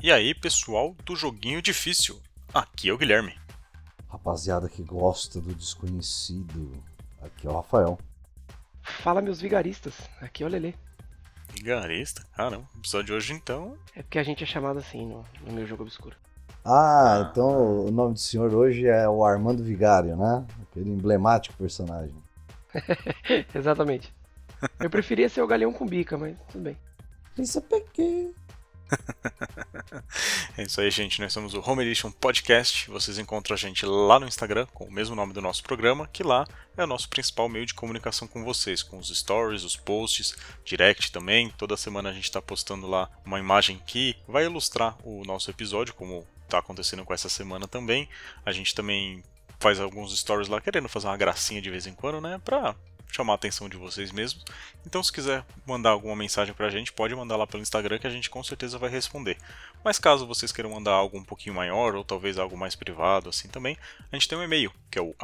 E aí, pessoal do Joguinho Difícil, aqui é o Guilherme. Rapaziada que gosta do desconhecido, aqui é o Rafael. Fala, meus vigaristas, aqui é o Lelê. Vigarista? Caramba, o episódio de hoje então... É porque a gente é chamado assim no meu jogo obscuro. Então o nome do senhor hoje é o Armando Vigário, né? Aquele emblemático personagem. Exatamente. Eu preferia ser o Galeão com bica, mas tudo bem. Isso é pequeno. É isso aí, gente. Nós somos o Home Edition Podcast. Vocês encontram a gente lá no Instagram, com o mesmo nome do nosso programa, que lá é o nosso principal meio de comunicação com vocês, com os stories, os posts, direct também. Toda semana a gente está postando lá uma imagem que vai ilustrar o nosso episódio, como está acontecendo com essa semana também. A gente também faz alguns stories lá, querendo fazer uma gracinha de vez em quando, né? Pra chamar a atenção de vocês mesmos. Então, se quiser mandar alguma mensagem pra gente, pode mandar lá pelo Instagram que a gente com certeza vai responder. Mas caso vocês queiram mandar algo um pouquinho maior ou talvez algo mais privado assim também, a gente tem um e-mail, que é o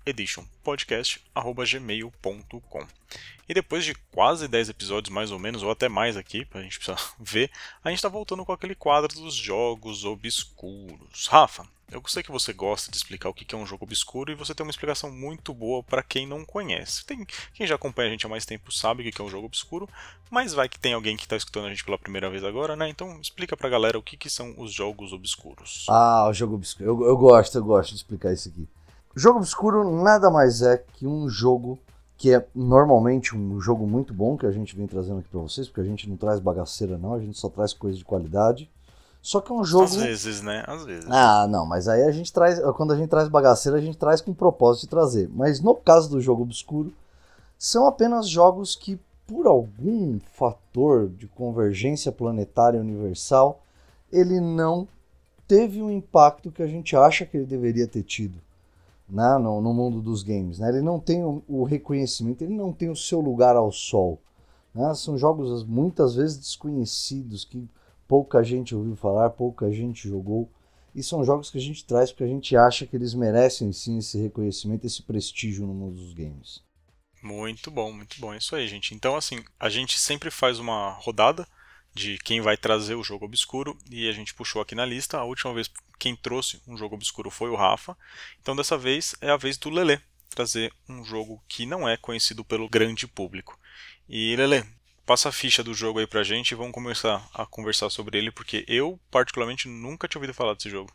heditionpodcast@gmail.com. E depois de quase 10 episódios mais ou menos, ou até mais aqui, pra gente precisar ver, a gente tá voltando com aquele quadro dos jogos obscuros. Rafa, eu sei que você gosta de explicar o que é um jogo obscuro e você tem uma explicação muito boa para quem não conhece. Quem já acompanha a gente há mais tempo sabe o que é um jogo obscuro, mas vai que tem alguém que está escutando a gente pela primeira vez agora, né? Então explica pra galera o que são os jogos obscuros. O jogo obscuro. Eu gosto de explicar isso aqui. O jogo obscuro nada mais é que um jogo que é normalmente um jogo muito bom que a gente vem trazendo aqui pra vocês, porque a gente não traz bagaceira não, a gente só traz coisa de qualidade. Só que é um jogo... Às vezes, né? Às vezes. Não, mas aí a gente traz, quando a gente traz bagaceira, a gente traz com o propósito de trazer. Mas no caso do jogo obscuro, são apenas jogos que, por algum fator de convergência planetária universal, ele não teve o impacto que a gente acha que ele deveria ter tido, né, no mundo dos games. Né? Ele não tem o reconhecimento, ele não tem o seu lugar ao sol. Né? São jogos muitas vezes desconhecidos, que pouca gente ouviu falar, pouca gente jogou. E são jogos que a gente traz porque a gente acha que eles merecem sim esse reconhecimento, esse prestígio no mundo dos games. Muito bom, é isso aí, gente. Então, assim, a gente sempre faz uma rodada de quem vai trazer o jogo obscuro e a gente puxou aqui na lista. A última vez quem trouxe um jogo obscuro foi o Rafa. Então, dessa vez é a vez do Lelê trazer um jogo que não é conhecido pelo grande público. E Lelê, passa a ficha do jogo aí pra gente e vamos começar a conversar sobre ele, porque eu, particularmente, nunca tinha ouvido falar desse jogo.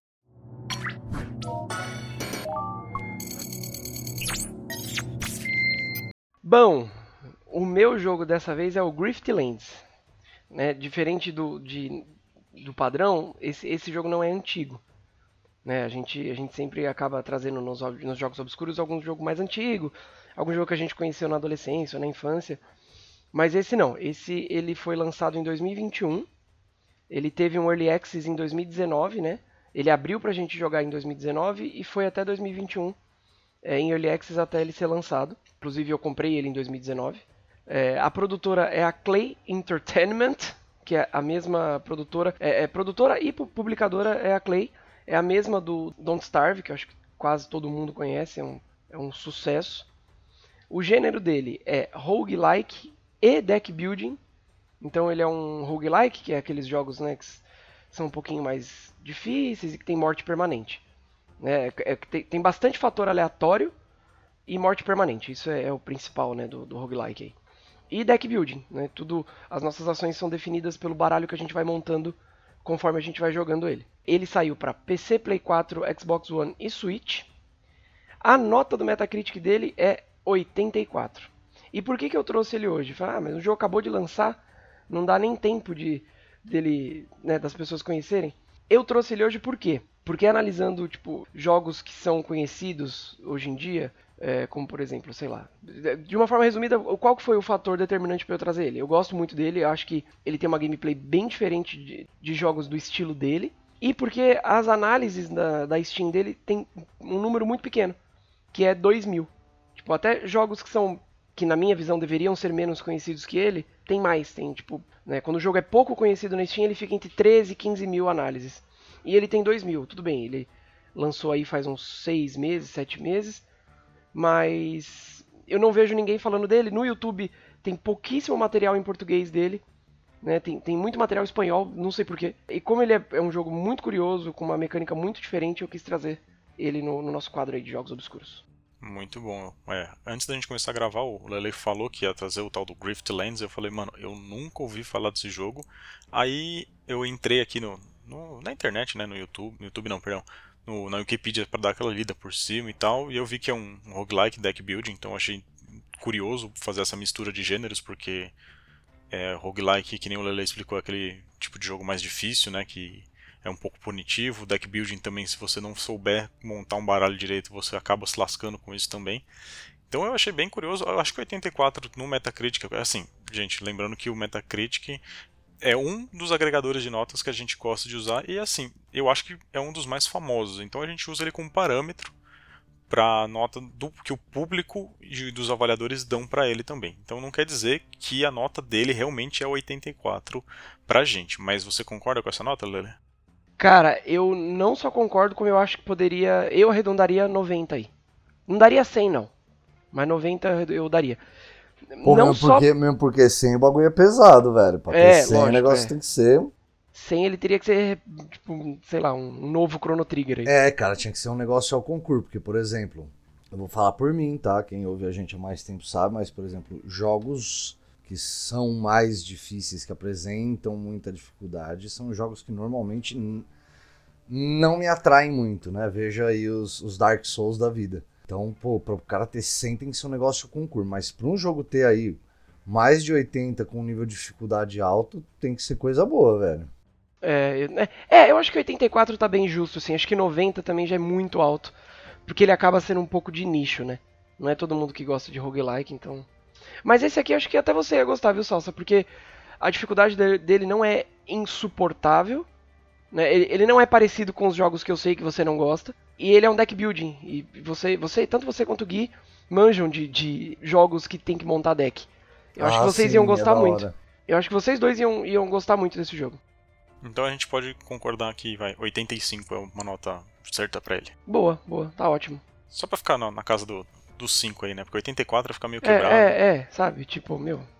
Bom, o meu jogo dessa vez é o Griftlands. Né? Diferente do padrão, esse jogo não é antigo. Né? A gente sempre acaba trazendo nos jogos obscuros algum jogo mais antigo, algum jogo que a gente conheceu na adolescência ou na infância. Mas esse não, ele foi lançado em 2021, ele teve um Early Access em 2019, né? Ele abriu pra gente jogar em 2019 e foi até 2021 em Early Access até ele ser lançado. Inclusive eu comprei ele em 2019. A produtora é a Clay Entertainment, que é a mesma produtora. Produtora e publicadora é a Clay. É a mesma do Don't Starve, que eu acho que quase todo mundo conhece, é um sucesso. O gênero dele é roguelike e deck building. Então ele é um roguelike, que é aqueles jogos, né, que são um pouquinho mais difíceis e que tem morte permanente. Tem bastante fator aleatório e morte permanente. Isso é o principal, né, do roguelike aí. E deck building, né? As nossas ações são definidas pelo baralho que a gente vai montando conforme a gente vai jogando ele. Ele saiu para PC, Play 4, Xbox One e Switch. A nota do Metacritic dele é 84. E por que eu trouxe ele hoje? Mas o jogo acabou de lançar, não dá nem tempo dele, né, das pessoas conhecerem. Eu trouxe ele hoje por quê? Porque analisando jogos que são conhecidos hoje em dia, como por exemplo, sei lá, de uma forma resumida, qual que foi o fator determinante para eu trazer ele? Eu gosto muito dele, eu acho que ele tem uma gameplay bem diferente de jogos do estilo dele, e porque as análises da Steam dele tem um número muito pequeno, que é 2.000. Até jogos que na minha visão deveriam ser menos conhecidos que ele, tem mais, né, quando o jogo é pouco conhecido na Steam, ele fica entre 13 e 15 mil análises. E ele tem 2.000, tudo bem, ele lançou aí faz uns 6 meses, 7 meses, mas eu não vejo ninguém falando dele. No YouTube tem pouquíssimo material em português dele, né? Tem muito material espanhol, não sei porquê. E como ele é um jogo muito curioso, com uma mecânica muito diferente, eu quis trazer ele no nosso quadro aí de jogos obscuros. Muito bom. Antes da gente começar a gravar, o Lele falou que ia trazer o tal do Griftlands. Eu falei, mano, eu nunca ouvi falar desse jogo. Aí eu entrei aqui na internet, né, no YouTube não, perdão, na Wikipedia para dar aquela lida por cima e tal. E eu vi que é um roguelike deck building, então eu achei curioso fazer essa mistura de gêneros, porque roguelike, que nem o Lele explicou, é aquele tipo de jogo mais difícil, né, que é um pouco punitivo. Deck building também, se você não souber montar um baralho direito, você acaba se lascando com isso também. Então eu achei bem curioso. Eu acho que 84 no Metacritic, assim, gente, lembrando que o Metacritic é um dos agregadores de notas que a gente gosta de usar, e assim, eu acho que é um dos mais famosos. Então a gente usa ele como parâmetro para a nota que o público e dos avaliadores dão para ele também. Então não quer dizer que a nota dele realmente é 84 pra gente. Mas você concorda com essa nota, Lele? Cara, eu não só concordo, como eu acho que poderia. Eu arredondaria 90 aí. Não daria 100, não. Mas 90 eu daria. Pô, Não só. mesmo porque 100 o bagulho é pesado, velho. Pra ter 100 o Lógico, negócio tem que ser... 100 ele teria que ser, tipo, sei lá, um novo Chrono Trigger aí. Cara, tinha que ser um negócio ao concurso. Porque, por exemplo, eu vou falar por mim, tá? Quem ouve a gente há mais tempo sabe, mas, por exemplo, jogos que são mais difíceis, que apresentam muita dificuldade, são jogos que normalmente não me atraem muito, né? Veja aí os Dark Souls da vida. Então, pô, para o cara ter 100 tem que ser um negócio concurso, mas para um jogo ter aí mais de 80 com um nível de dificuldade alto, tem que ser coisa boa, velho. Eu acho que 84 tá bem justo, assim. Acho que 90 também já é muito alto. Porque ele acaba sendo um pouco de nicho, né? Não é todo mundo que gosta de roguelike, então. Mas esse aqui acho que até você ia gostar, viu, Salsa? Porque a dificuldade dele não é insuportável, né? Ele não é parecido com os jogos que eu sei que você não gosta. E ele é um deck building. E tanto você quanto o Gui, manjam de jogos que tem que montar deck. Eu acho que vocês sim, iam gostar da muito. hora. Eu acho que vocês dois iam gostar muito desse jogo. Então a gente pode concordar que 85 é uma nota certa pra ele. Boa, tá ótimo. Só pra ficar na casa dos 5 aí, né? Porque 84 fica meio quebrado. Sabe? Tipo,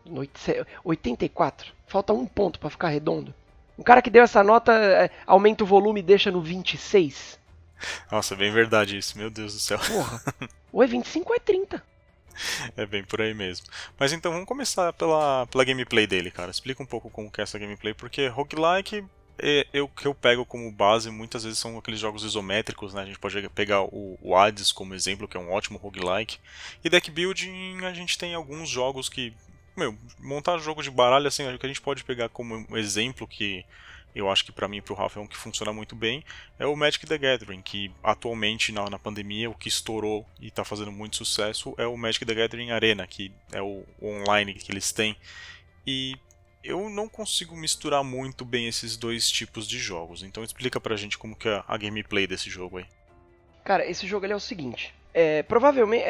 84. Falta um ponto pra ficar redondo. Um cara que deu essa nota aumenta o volume e deixa no 26. Nossa, é bem verdade isso, meu Deus do céu. Porra. Ou é 25 ou é 30. É bem por aí mesmo. Mas então vamos começar pela gameplay dele, cara. Explica um pouco como que é essa gameplay, porque roguelike, que eu pego como base muitas vezes são aqueles jogos isométricos, né? A gente pode pegar o Hades como exemplo, que é um ótimo roguelike. E deck building, a gente tem alguns jogos que, montar jogo de baralho, assim, que a gente pode pegar como um exemplo que eu acho que pra mim e pro Rafa é um que funciona muito bem, é o Magic the Gathering, que atualmente na pandemia o que estourou e tá fazendo muito sucesso é o Magic the Gathering Arena, que é o online que eles têm. E eu não consigo misturar muito bem esses dois tipos de jogos, então explica pra gente como que é a gameplay desse jogo aí. Cara, esse jogo ele é o seguinte, provavelmente,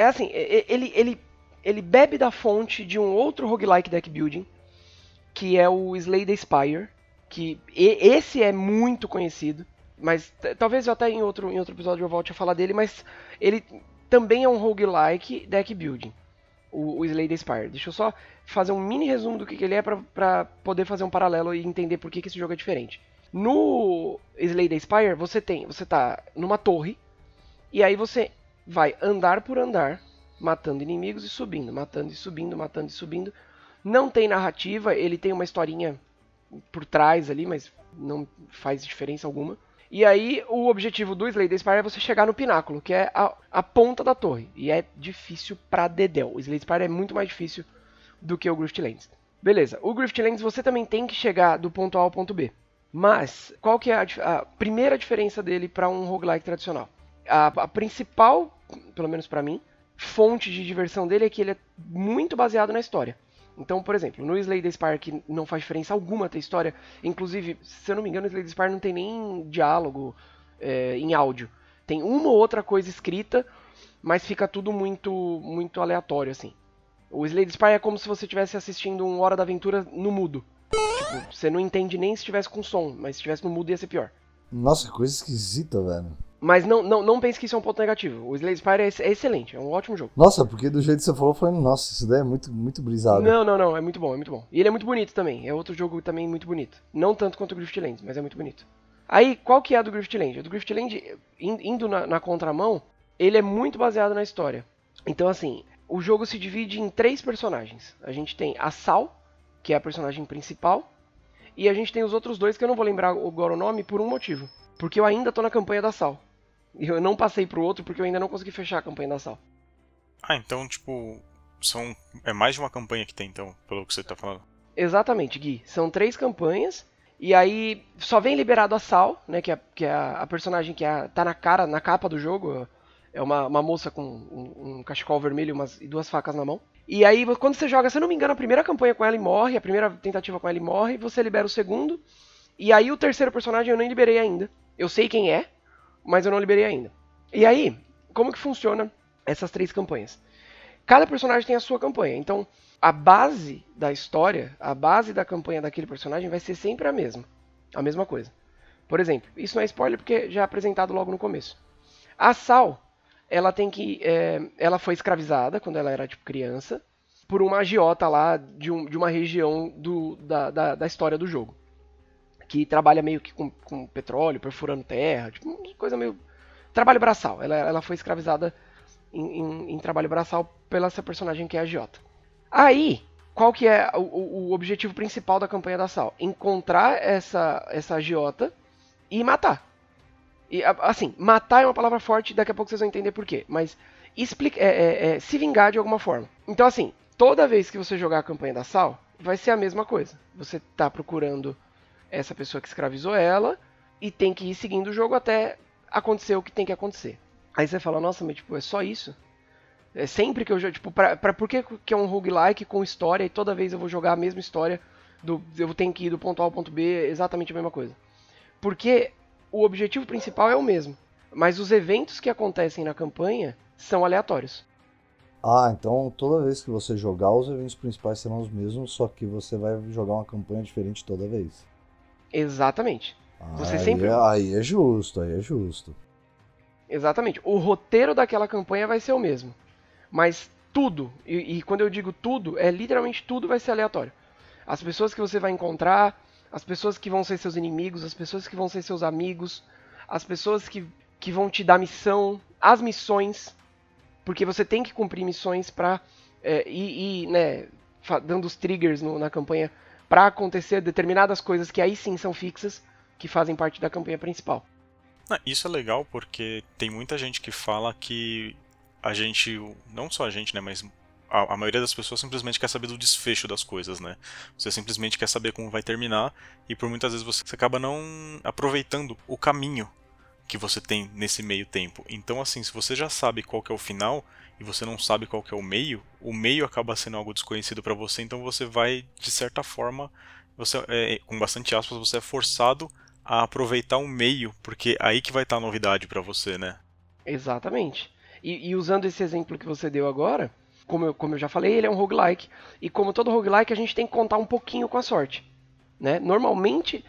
ele bebe da fonte de um outro roguelike deck building, que é o Slay the Spire, que esse é muito conhecido, mas talvez eu até em outro episódio eu volte a falar dele, mas ele também é um roguelike deck building, o Slay the Spire. Deixa eu só fazer um mini resumo do que ele é pra poder fazer um paralelo e entender por que esse jogo é diferente. No Slay the Spire, você tá numa torre, e aí você vai andar por andar, matando inimigos e subindo, matando e subindo, matando e subindo. Não tem narrativa, ele tem uma historinha por trás ali, mas não faz diferença alguma. E aí o objetivo do Slay the Spire é você chegar no pináculo, que é a ponta da torre. E é difícil pra dedéu. O Slay the Spire é muito mais difícil do que o Griftlands. Beleza, o Griftlands você também tem que chegar do ponto A ao ponto B. Mas, qual que é a primeira diferença dele para um roguelike tradicional? A principal, pelo menos pra mim, fonte de diversão dele é que ele é muito baseado na história. Então, por exemplo, no Slay the Spire, que não faz diferença alguma ter história, inclusive, se eu não me engano, no Slay the Spire não tem nem diálogo em áudio. Tem uma ou outra coisa escrita, mas fica tudo muito, muito aleatório, assim. O Slay the Spire é como se você estivesse assistindo um Hora da Aventura no mudo. Tipo, você não entende nem se estivesse com som, mas se estivesse no mudo ia ser pior. Nossa, que coisa esquisita, velho. Mas não pense que isso é um ponto negativo. O Slay Spire é excelente, é um ótimo jogo. Nossa, porque do jeito que você falou, eu falei, nossa, isso daí é muito, muito brisado. Não, é muito bom, é muito bom. E ele é muito bonito também, é outro jogo também muito bonito. Não tanto quanto o Griftlands, mas é muito bonito. Aí, qual que é a do Griftland? A do Griftland, indo na contramão, ele é muito baseado na história. Então, assim, o jogo se divide em 3 personagens. A gente tem a Sal, que é a personagem principal, e a gente tem os outros 2 que eu não vou lembrar agora o nome por um motivo. Porque eu ainda tô na campanha da Sal. E eu não passei pro outro porque eu ainda não consegui fechar a campanha da Sal. Ah, então, tipo, é mais de uma campanha que tem, então, pelo que você tá falando. Exatamente, Gui. São 3 campanhas. E aí só vem liberado a Sal, né? Que é a personagem que tá na capa do jogo. É uma moça com um cachecol vermelho e 2 facas na mão. E aí, quando você joga, se eu não me engano, a primeira campanha com ela e morre, a primeira tentativa com ela e morre, você libera o segundo. E aí o terceiro personagem eu nem liberei ainda. Eu sei quem é, mas eu não liberei ainda. E aí, como que funciona essas 3 campanhas? Cada personagem tem a sua campanha. Então, a base da história, a base da campanha daquele personagem vai ser sempre a mesma coisa. Por exemplo, isso não é spoiler porque já é apresentado logo no começo. A Sal, ela foi escravizada quando ela era tipo criança por uma agiota lá de uma região da história do jogo, que trabalha meio que com petróleo, perfurando terra, tipo uma coisa meio trabalho braçal. Ela foi escravizada em trabalho braçal pela essa personagem que é a agiota. Aí, qual que é o objetivo principal da campanha da Sal? Encontrar essa agiota e matar. E, assim, matar é uma palavra forte, daqui a pouco vocês vão entender por quê. Mas se vingar de alguma forma. Então, assim, toda vez que você jogar a campanha da Sal, vai ser a mesma coisa. Você tá procurando essa pessoa que escravizou ela e tem que ir seguindo o jogo até acontecer o que tem que acontecer. Aí você fala, nossa, mas tipo, é só isso? É sempre que eu jogo, tipo, por que é um roguelike com história e toda vez eu vou jogar a mesma história, eu tenho que ir do ponto A ao ponto B, exatamente a mesma coisa? Porque o objetivo principal é o mesmo, mas os eventos que acontecem na campanha são aleatórios. Ah, então toda vez que você jogar, os eventos principais serão os mesmos, só que você vai jogar uma campanha diferente toda vez. Exatamente. Você Aí, sempre... aí é justo, aí é justo. Exatamente. O roteiro daquela campanha vai ser o mesmo. Mas tudo, e quando eu digo tudo, literalmente tudo vai ser aleatório. As pessoas que você vai encontrar, as pessoas que vão ser seus inimigos, as pessoas que vão ser seus amigos, as pessoas que vão te dar missão, as missões, porque você tem que cumprir missões pra ir né, dando os triggers na campanha pra acontecer determinadas coisas que aí sim são fixas, que fazem parte da campanha principal. Isso é legal porque tem muita gente que fala que a gente, não só a gente, né, mas a maioria das pessoas simplesmente quer saber do desfecho das coisas, né? Você simplesmente quer saber como vai terminar e por muitas vezes você acaba não aproveitando o caminho que você tem nesse meio tempo. Então, assim, se você já sabe qual que é o final e você não sabe qual que é o meio acaba sendo algo desconhecido para você, então você vai, de certa forma, com bastante aspas, você é forçado a aproveitar o meio, porque é aí que vai estar a novidade para você, né? Exatamente. E usando esse exemplo que você deu agora, como eu já falei, ele é um roguelike. E como todo roguelike, a gente tem que contar um pouquinho com a sorte. Né? Normalmente,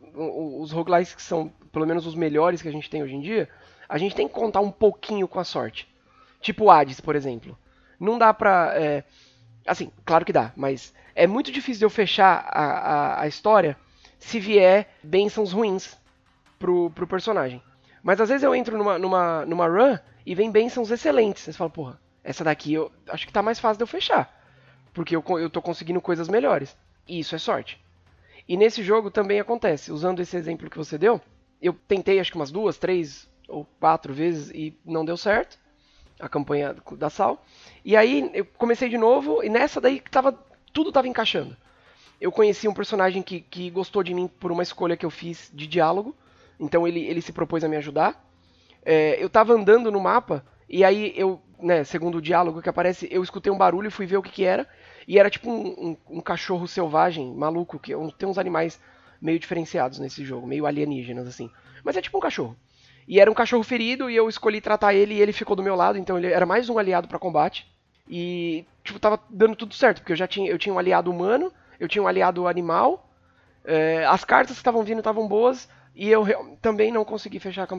os roguelikes que são, pelo menos os melhores que a gente tem hoje em dia, a gente tem que contar um pouquinho com a sorte. Tipo o Hades, por exemplo. Não dá pra... assim, claro que dá, mas é muito difícil de eu fechar a história se vier bênçãos ruins pro personagem. Mas às vezes eu entro numa run e vem bênçãos excelentes. Você fala, porra, essa daqui eu acho que tá mais fácil de eu fechar. Porque eu tô conseguindo coisas melhores. E isso é sorte. E nesse jogo também acontece. Usando esse exemplo que você deu, eu tentei acho que umas 2, 3 ou 4 vezes e não deu certo. A campanha da Sal. E aí eu comecei de novo e nessa daí tudo tava encaixando. Eu conheci um personagem que gostou de mim por uma escolha que eu fiz de diálogo. Então ele se propôs a me ajudar. Eu tava andando no mapa e aí segundo o diálogo que aparece, eu escutei um barulho e fui ver o que era. E era tipo um cachorro selvagem, maluco, que tem uns animais meio diferenciados nesse jogo, meio alienígenas assim. Mas é tipo um cachorro. E era um cachorro ferido e eu escolhi tratar ele e ele ficou do meu lado, então ele era mais um aliado pra combate. E tipo, tava dando tudo certo, porque eu tinha um aliado humano, eu tinha um aliado animal, as cartas que estavam vindo estavam boas, e eu também não consegui fechar a campanha.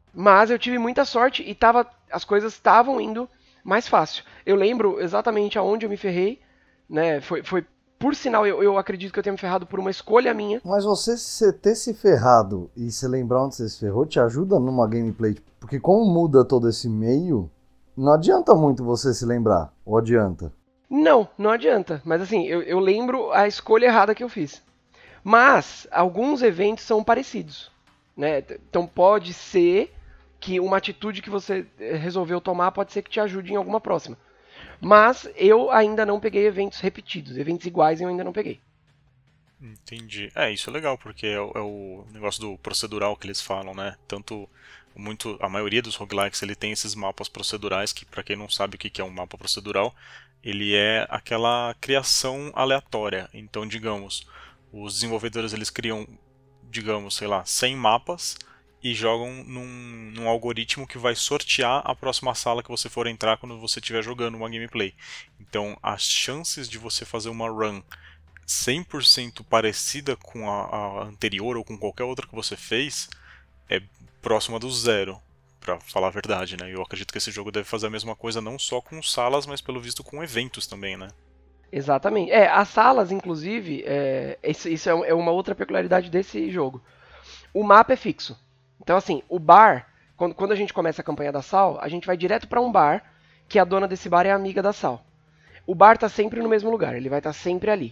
Mas eu tive muita sorte e as coisas estavam indo mais fácil. Eu lembro exatamente aonde eu me ferrei, né? Foi por sinal, eu acredito que eu tenha me ferrado por uma escolha minha. Mas você ter se ferrado e se lembrar onde você se ferrou te ajuda numa gameplay? Porque como muda todo esse meio, não adianta muito você se lembrar, ou adianta? Não adianta. Mas assim, eu lembro a escolha errada que eu fiz. Mas alguns eventos são parecidos, né? Então pode ser que uma atitude que você resolveu tomar pode ser que te ajude em alguma próxima. Mas eu ainda não peguei eventos repetidos, eventos iguais eu ainda não peguei. Entendi. Isso é legal, porque é o negócio do procedural que eles falam, né? A maioria dos roguelikes ele tem esses mapas procedurais, que pra quem não sabe o que é um mapa procedural, ele é aquela criação aleatória. Então, digamos, os desenvolvedores eles criam, digamos, sei lá, 100 mapas e jogam num algoritmo que vai sortear a próxima sala que você for entrar quando você estiver jogando uma gameplay. Então, as chances de você fazer uma run 100% parecida com a anterior ou com qualquer outra que você fez é próxima do zero, pra falar a verdade, né? Eu acredito que esse jogo deve fazer a mesma coisa não só com salas, mas pelo visto com eventos também, né? Exatamente. As salas, inclusive, isso é uma outra peculiaridade desse jogo. O mapa é fixo. Então, assim, o bar, quando a gente começa a campanha da Sal, a gente vai direto para um bar, que a dona desse bar é a amiga da Sal. O bar tá sempre no mesmo lugar, ele vai estar sempre ali.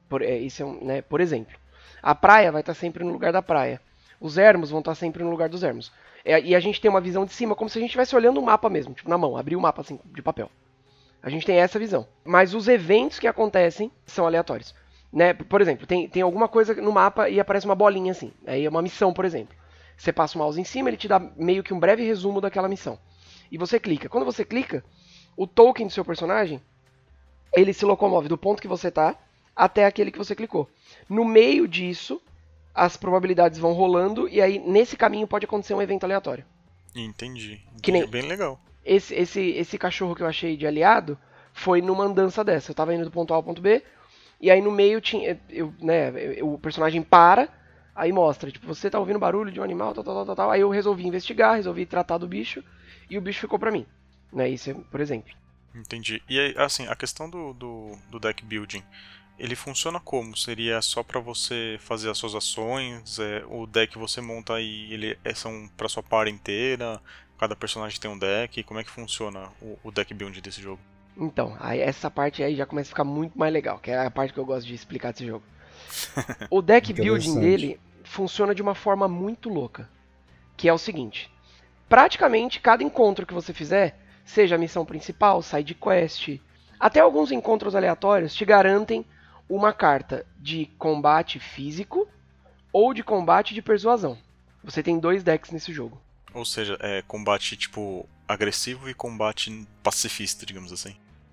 Por exemplo. A praia vai estar sempre no lugar da praia. Os ermos vão estar sempre no lugar dos ermos. E a gente tem uma visão de cima, como se a gente estivesse olhando um mapa mesmo, tipo na mão, abrir o mapa assim, de papel. A gente tem essa visão. Mas os eventos que acontecem são aleatórios. Né? Por exemplo, tem alguma coisa no mapa e aparece uma bolinha assim. Aí é uma missão, por exemplo. Você passa o mouse em cima, ele te dá meio que um breve resumo daquela missão. E você clica. Quando você clica, o token do seu personagem, ele se locomove do ponto que você está até aquele que você clicou. No meio disso, as probabilidades vão rolando e aí nesse caminho pode acontecer um evento aleatório. Entendi. Que nem Bem legal. esse cachorro que eu achei de aliado foi numa andança dessa. Eu tava indo do ponto A ao ponto B, e aí no meio tinha. O personagem para, aí mostra, tipo, você tá ouvindo barulho de um animal, tal. Aí eu resolvi investigar, resolvi tratar do bicho, e o bicho ficou pra mim. Né, isso é, por exemplo. Entendi. E aí, assim, a questão do deck building, ele funciona como? Seria só pra você fazer as suas ações? O deck você monta aí, são pra sua party inteira? Cada personagem tem um deck? Como é que funciona o deck building desse jogo? Então, aí essa parte aí já começa a ficar muito mais legal, que é a parte que eu gosto de explicar desse jogo. O deck building Interessante. dele funciona de uma forma muito louca, que é o seguinte: praticamente cada encontro que você fizer, seja a missão principal, side quest, até alguns encontros aleatórios te garantem uma carta de combate físico ou de combate de persuasão. Você tem 2 decks nesse jogo. Ou seja, é combate tipo agressivo e combate pacifista, digamos assim.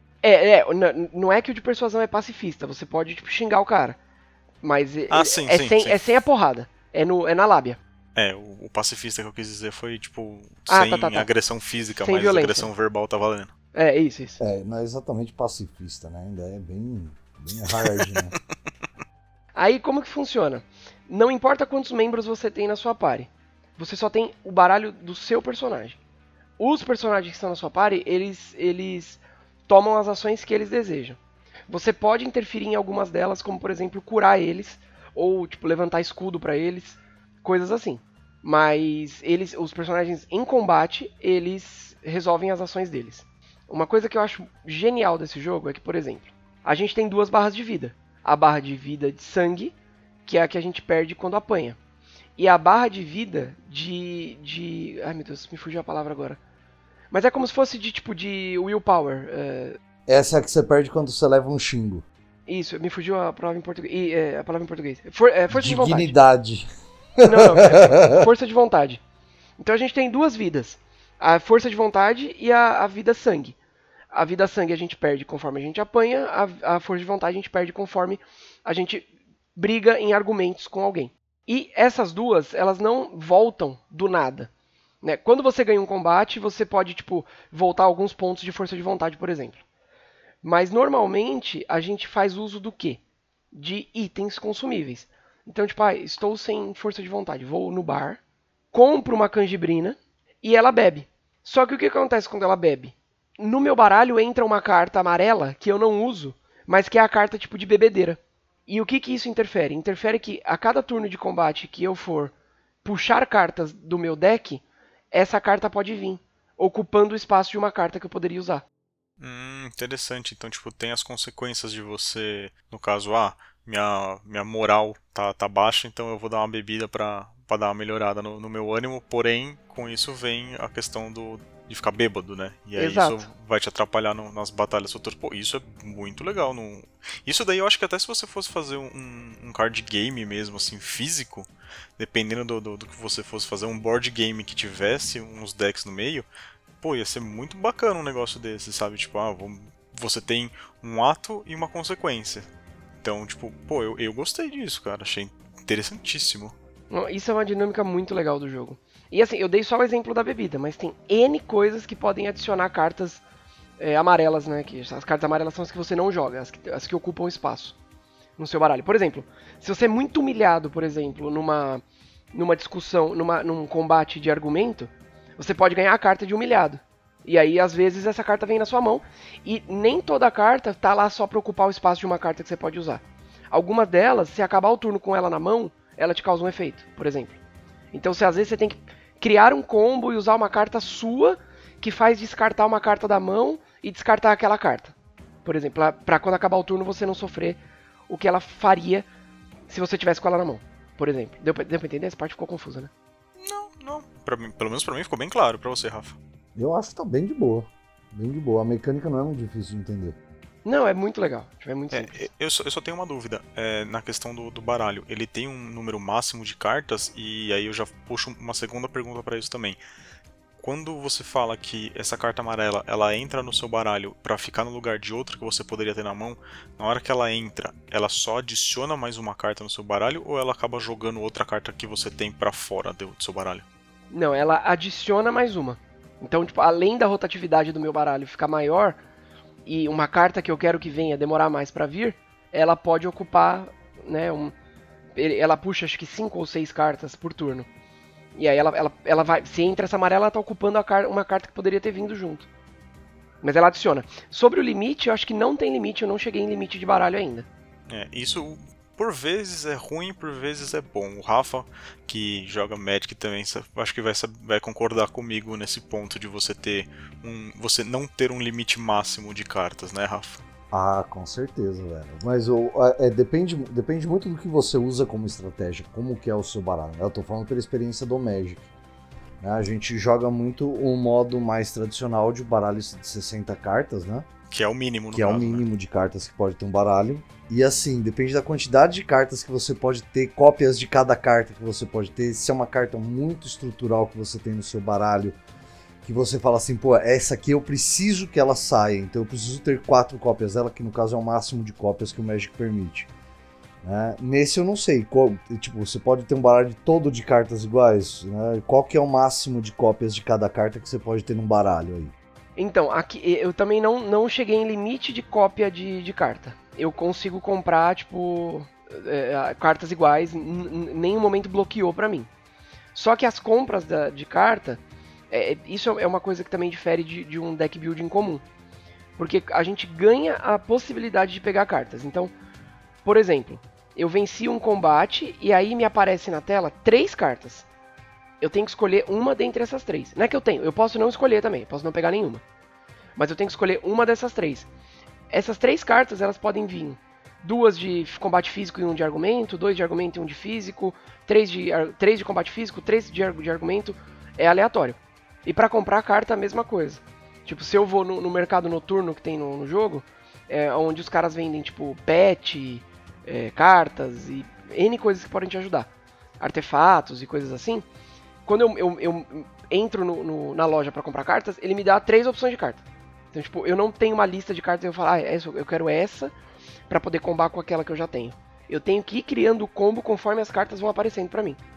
Não é que o de persuasão é pacifista, você pode tipo, xingar o cara, mas Ah, sim, sim, sim. é sem a porrada, é na lábia. O pacifista que eu quis dizer foi, tipo, Ah, sem agressão física, sem mas violência. agressão verbal tá valendo. Isso. Não é exatamente pacifista, né? Ainda é bem hard, né? Aí como que funciona? Não importa quantos membros você tem na sua party, você só tem o baralho do seu personagem. Os personagens que estão na sua party, eles tomam as ações que eles desejam. Você pode interferir em algumas delas, como por exemplo curar eles, ou tipo levantar escudo pra eles, coisas assim. Mas os personagens em combate, eles resolvem as ações deles. Uma coisa que eu acho genial desse jogo é que, por exemplo, a gente tem 2 barras de vida. A barra de vida de sangue, que é a que a gente perde quando apanha. E a barra de vida de... Ai meu Deus, me fugiu a palavra agora. Mas é como se fosse de willpower. Essa é a que você perde quando você leva um xingo. Isso, me fugiu a palavra em português. A palavra em português. Força de vontade. Dignidade. Não, força de vontade. Então a gente tem 2 vidas. A força de vontade e a vida sangue. A vida sangue a gente perde conforme a gente apanha, a força de vontade a gente perde conforme a gente briga em argumentos com alguém. E essas duas, elas não voltam do nada. Né? Quando você ganha um combate, você pode tipo voltar alguns pontos de força de vontade, por exemplo. Mas normalmente a gente faz uso do quê? De itens consumíveis. Então, tipo, estou sem força de vontade, vou no bar, compro uma canjibrina e ela bebe. Só que o que acontece quando ela bebe? No meu baralho entra uma carta amarela que eu não uso, mas que é a carta tipo de bebedeira. E o que isso interfere? Interfere que a cada turno de combate que eu for puxar cartas do meu deck, essa carta pode vir, ocupando o espaço de uma carta que eu poderia usar. Interessante. Então, tipo, tem as consequências de você, no caso, minha moral tá baixa, então eu vou dar uma bebida pra dar uma melhorada no meu ânimo, porém, com isso vem a questão de ficar bêbado, né? E aí Exato. isso vai te atrapalhar nas batalhas futuras. Pô, isso é muito legal. Isso daí eu acho que até se você fosse fazer um card game mesmo, assim, físico, dependendo do que você fosse fazer, um board game que tivesse uns decks no meio, pô, ia ser muito bacana um negócio desse, sabe? Tipo, você tem um ato e uma consequência. Então, tipo, pô, eu gostei disso, cara. Achei interessantíssimo. Isso é uma dinâmica muito legal do jogo. E assim, eu dei só o exemplo da bebida, mas tem N coisas que podem adicionar cartas amarelas, né? Que as cartas amarelas são as que você não joga, as que ocupam espaço no seu baralho. Por exemplo, se você é muito humilhado, por exemplo, numa discussão, num combate de argumento, você pode ganhar a carta de humilhado. E aí, às vezes, essa carta vem na sua mão. E nem toda carta tá lá só pra ocupar o espaço de uma carta que você pode usar. Algumas delas, se acabar o turno com ela na mão, ela te causa um efeito, por exemplo. Então, às vezes, você tem que criar um combo e usar uma carta sua que faz descartar uma carta da mão e descartar aquela carta. Por exemplo, pra quando acabar o turno você não sofrer o que ela faria se você tivesse com ela na mão, por exemplo. Deu pra entender? Essa parte ficou confusa, né? Não. Pelo menos pra mim ficou bem claro. Pra você, Rafa. Eu acho que tá bem de boa. Bem de boa. A mecânica não é muito difícil de entender. Não, é muito legal. É muito simples. Eu só tenho uma dúvida. Na questão do baralho. Ele tem um número máximo de cartas, e aí eu já puxo uma segunda pergunta pra isso também. Quando você fala que essa carta amarela ela entra no seu baralho pra ficar no lugar de outra que você poderia ter na mão, na hora que ela entra, ela só adiciona mais uma carta no seu baralho ou ela acaba jogando outra carta que você tem pra fora do seu baralho? Não, ela adiciona mais uma. Então, tipo, além da rotatividade do meu baralho ficar maior e uma carta que eu quero que venha demorar mais pra vir, ela pode ocupar, né, ela puxa acho que 5 ou 6 cartas por turno. E aí ela vai, se entra essa amarela, ela tá ocupando uma carta que poderia ter vindo junto. Mas ela adiciona. Sobre o limite, eu acho que não tem limite, eu não cheguei em limite de baralho ainda. Isso por vezes é ruim, por vezes é bom. O Rafa, que joga Magic também, acho que vai concordar comigo nesse ponto de você não ter um limite máximo de cartas, né, Rafa? Ah, com certeza, velho. Mas depende muito do que você usa como estratégia, como que é o seu baralho. Eu tô falando pela experiência do Magic. A gente joga muito o modo mais tradicional de baralhos de 60 cartas, né? Que é o mínimo, Que é o mínimo de cartas que pode ter um baralho. E assim, depende da quantidade de cartas que você pode ter, cópias de cada carta que você pode ter. Se é uma carta muito estrutural que você tem no seu baralho, que você fala assim, pô, essa aqui eu preciso que ela saia, então eu preciso ter 4 cópias dela, que no caso é o máximo de cópias que o Magic permite. Nesse eu não sei, tipo, você pode ter um baralho todo de cartas iguais, né? Qual que é o máximo de cópias de cada carta que você pode ter num baralho aí? Então, aqui eu também não cheguei em limite de cópia de carta. Eu consigo comprar, tipo, cartas iguais, em nenhum momento bloqueou pra mim. Só que as compras de carta, isso é uma coisa que também difere de um deck building comum. Porque a gente ganha a possibilidade de pegar cartas. Então, por exemplo, eu venci um combate e aí me aparece na tela 3 cartas. Eu tenho que escolher uma dentre essas 3. Não é que eu posso não escolher também, eu posso não pegar nenhuma. Mas eu tenho que escolher uma dessas 3. Essas 3 cartas, elas podem vir 2 de combate físico e 1 de argumento, 2 de argumento e 1 de físico, 3 de combate físico, 3 de argumento, é aleatório. E pra comprar carta, a mesma coisa. Tipo, se eu vou no mercado noturno que tem no jogo, onde os caras vendem, tipo, pet, cartas e N coisas que podem te ajudar. Artefatos e coisas assim. Quando eu entro na loja pra comprar cartas, ele me dá 3 opções de carta. Então, tipo, eu não tenho uma lista de cartas e eu falo, eu quero essa pra poder combar com aquela que eu já tenho. Eu tenho que ir criando o combo conforme as cartas vão aparecendo pra mim.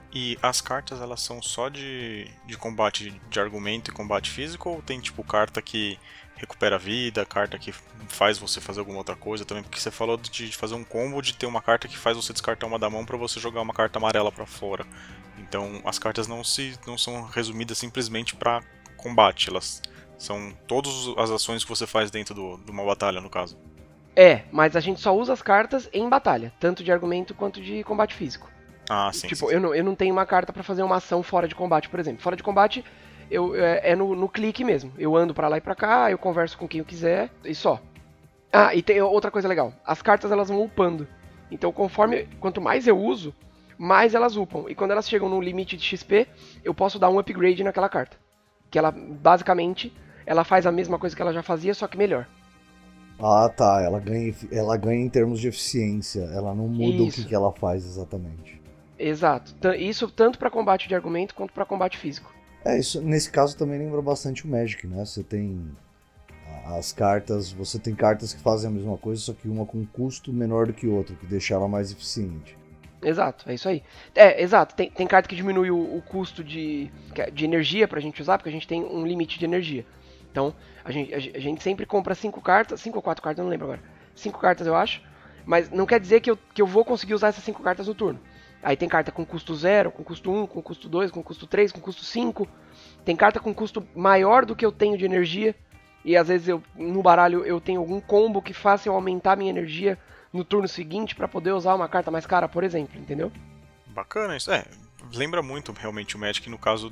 E as cartas, elas são só de combate de argumento e combate físico, ou tem tipo carta que recupera vida, carta que faz você fazer alguma outra coisa também? Porque você falou de fazer um combo, de ter uma carta que faz você descartar uma da mão pra você jogar uma carta amarela pra fora. Então as cartas não são resumidas simplesmente pra combate, elas são todas as ações que você faz dentro de uma batalha, no caso. Mas a gente só usa as cartas em batalha, tanto de argumento quanto de combate físico. Ah, sim, Tipo, sim. eu não tenho uma carta pra fazer uma ação fora de combate, por exemplo. Fora de combate, é no clique mesmo. Eu ando pra lá e pra cá, eu converso com quem eu quiser e só. Ah, e tem outra coisa legal. As cartas, elas vão upando. Então, quanto mais eu uso, mais elas upam. E quando elas chegam no limite de XP, eu posso dar um upgrade naquela carta. Que ela, basicamente, ela faz a mesma coisa que ela já fazia, só que melhor. Ah, tá. Ela ganha em termos de eficiência. Ela não muda o que ela faz exatamente. Exato. Isso tanto pra combate de argumento quanto pra combate físico. Isso nesse caso também lembra bastante o Magic, né? Você tem as cartas, você tem cartas que fazem a mesma coisa, só que uma com custo menor do que outra, que deixa ela mais eficiente. Exato, é isso aí. Exato. Tem carta que diminui o custo de energia pra gente usar, porque a gente tem um limite de energia. Então, a gente sempre compra 5 cartas, 5 ou 4 cartas, eu não lembro agora. 5 cartas, eu acho. Mas não quer dizer que eu vou conseguir usar essas 5 cartas no turno. Aí tem carta com custo 0, com custo 1, com custo 2, com custo 3, com custo 5. Tem carta com custo maior do que eu tenho de energia. E às vezes no baralho eu tenho algum combo que faça eu aumentar minha energia no turno seguinte pra poder usar uma carta mais cara, por exemplo, entendeu? Bacana isso. Lembra muito realmente o Magic no caso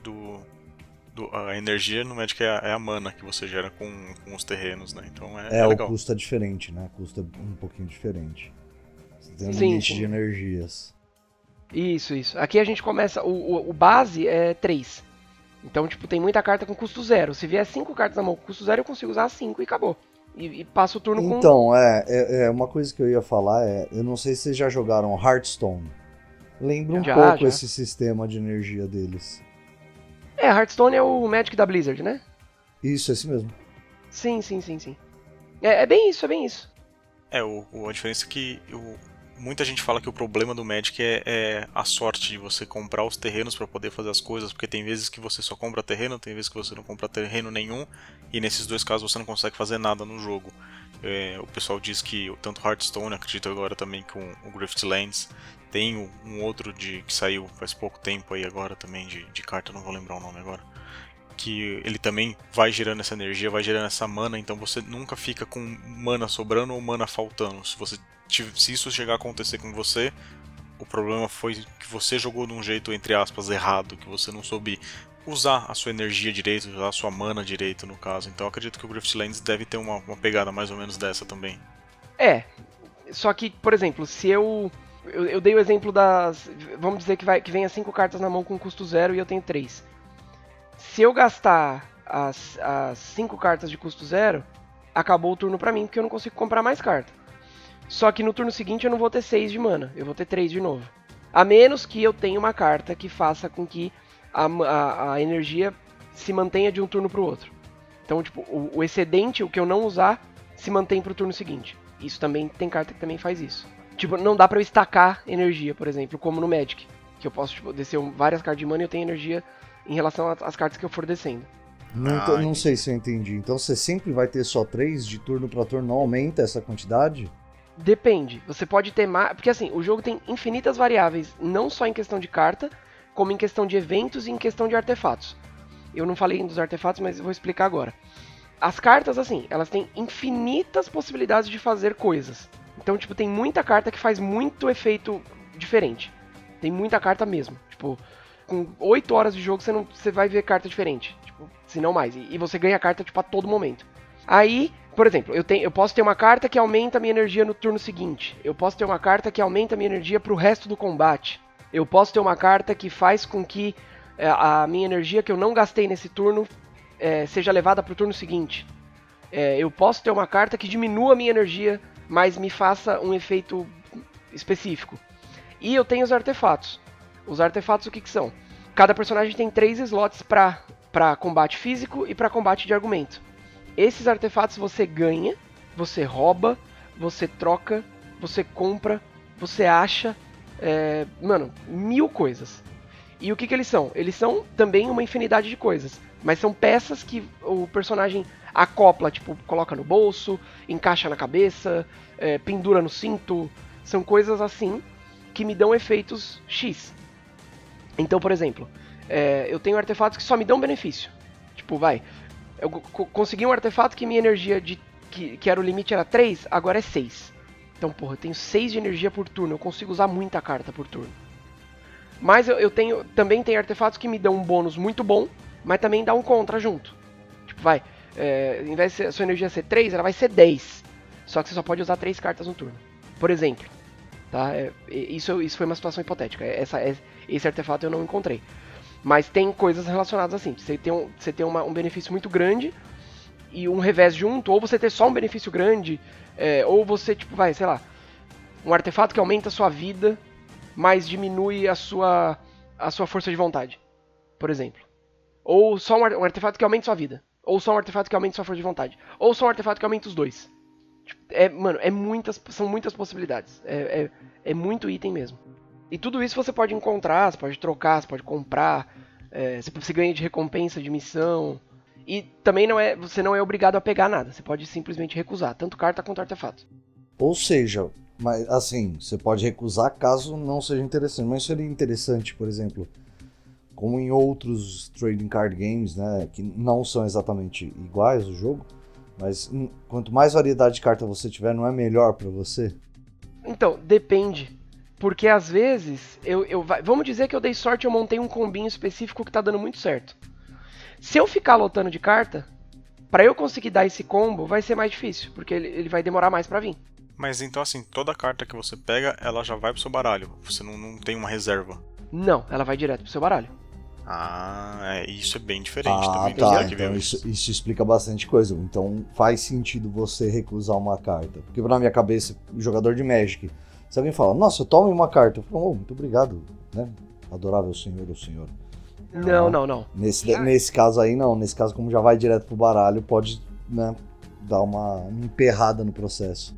a energia no Magic é a mana que você gera com os terrenos, né? Então é legal. O custo é diferente, né? O custo é um pouquinho diferente. Você tem um Sim, limite sim. de energias. Isso. Aqui a gente começa. O base é 3. Então, tipo, tem muita carta com custo 0. Se vier 5 cartas na mão com custo 0, eu consigo usar 5 e acabou. E passo o turno com. Então, uma coisa que eu ia falar eu não sei se vocês já jogaram Hearthstone. Lembra um pouco Já. esse sistema de energia deles. Hearthstone é o Magic da Blizzard, né? Isso, esse mesmo. Sim. É bem isso. A diferença é que muita gente fala que o problema do Magic é a sorte de você comprar os terrenos para poder fazer as coisas, porque tem vezes que você só compra terreno, tem vezes que você não compra terreno nenhum, e nesses dois casos você não consegue fazer nada no jogo. O pessoal diz que tanto Hearthstone, acredito agora também com o Griftlands, tem um outro que saiu faz pouco tempo aí agora também de carta, não vou lembrar o nome agora, que ele também vai gerando essa energia, vai gerando essa mana, então você nunca fica com mana sobrando ou mana faltando. Se isso chegar a acontecer com você, o problema foi que você jogou de um jeito, entre aspas, errado, que você não soube usar a sua energia direito, usar a sua mana direito, no caso. Então eu acredito que o Griftlands deve ter uma pegada mais ou menos dessa também. Só que, por exemplo, se eu dei o exemplo das. Vamos dizer que venha 5 cartas na mão com custo 0 e eu tenho 3. Se eu gastar as 5 cartas de custo 0, acabou o turno pra mim, porque eu não consigo comprar mais carta. Só que no turno seguinte eu não vou ter 6 de mana, eu vou ter 3 de novo. A menos que eu tenha uma carta que faça com que a energia se mantenha de um turno pro outro. Então, tipo, o excedente, o que eu não usar, se mantém pro turno seguinte. Isso também tem carta que também faz isso. Tipo, não dá pra eu estacar energia, por exemplo, como no Magic. Que eu posso, tipo, descer várias cartas de mana e eu tenho energia em relação às cartas que eu for descendo. Não sei se eu entendi. Então você sempre vai ter só 3 de turno pra turno, não aumenta essa quantidade? Depende. Você pode ter mais. Porque assim, o jogo tem infinitas variáveis, não só em questão de carta, como em questão de eventos e em questão de artefatos. Eu não falei dos artefatos, mas eu vou explicar agora. As cartas, assim, elas têm infinitas possibilidades de fazer coisas. Então, tipo, tem muita carta que faz muito efeito diferente. Tem muita carta mesmo. Tipo, com 8 horas de jogo você vai ver carta diferente. Tipo, se não mais. E você ganha carta, tipo, a todo momento. Aí, por exemplo, eu posso ter uma carta que aumenta a minha energia no turno seguinte. Eu posso ter uma carta que aumenta a minha energia pro resto do combate. Eu posso ter uma carta que faz com que a minha energia que eu não gastei nesse turno seja levada pro turno seguinte. Eu posso ter uma carta que diminua a minha energia, mas me faça um efeito específico. E eu tenho os artefatos. Os artefatos o que são? Cada personagem tem 3 slots pra combate físico e pra combate de argumento. Esses artefatos você ganha, você rouba, você troca, você compra, você acha, 1000 coisas. E o que eles são? Eles são também uma infinidade de coisas, mas são peças que o personagem acopla, tipo, coloca no bolso, encaixa na cabeça, pendura no cinto. São coisas assim que me dão efeitos X. Então, por exemplo, eu tenho artefatos que só me dão benefício. Tipo, eu consegui um artefato que minha energia que era o limite era 3, agora é 6. Então, porra, eu tenho 6 de energia por turno, eu consigo usar muita carta por turno. Mas eu também tenho artefatos que me dão um bônus muito bom, mas também dá um contra junto. Tipo, em vez de a sua energia ser 3, ela vai ser 10. Só que você só pode usar 3 cartas no turno. Por exemplo. Tá? Isso foi uma situação hipotética. Esse artefato eu não encontrei. Mas tem coisas relacionadas assim. Você tem um benefício muito grande e um revés junto, ou você ter só um benefício grande, ou você, tipo, sei lá, um artefato que aumenta a sua vida, mas diminui a sua força de vontade, por exemplo. Ou só um artefato que aumenta a sua vida. Ou só um artefato que aumenta a sua força de vontade. Ou só um artefato que aumenta os dois. Mano, são muitas possibilidades. É muito item mesmo. E tudo isso você pode encontrar, você pode trocar, você pode comprar. Você ganha de recompensa de missão. E também você não é obrigado a pegar nada. Você pode simplesmente recusar, tanto carta quanto artefato. Ou seja, mas assim, você pode recusar caso não seja interessante. Mas seria interessante, por exemplo, como em outros trading card games, né, que não são exatamente iguais o jogo, mas quanto mais variedade de carta você tiver, não é melhor pra você? Então, depende. Porque às vezes, vamos dizer que eu dei sorte e eu montei um combinho específico que tá dando muito certo. Se eu ficar lotando de carta, pra eu conseguir dar esse combo, vai ser mais difícil, porque ele vai demorar mais pra vir. Mas então assim, toda carta que você pega, ela já vai pro seu baralho. Você não tem uma reserva. Não, ela vai direto pro seu baralho. Isso é bem diferente também. Tá, então isso explica bastante coisa. Então faz sentido você recusar uma carta. Porque na minha cabeça, jogador de Magic, se alguém fala, nossa, tome uma carta, eu falo, muito obrigado, né? Adorável senhor ou senhora. Não. Nesse caso aí, não. Nesse caso, como já vai direto pro baralho, pode, né, dar uma emperrada no processo.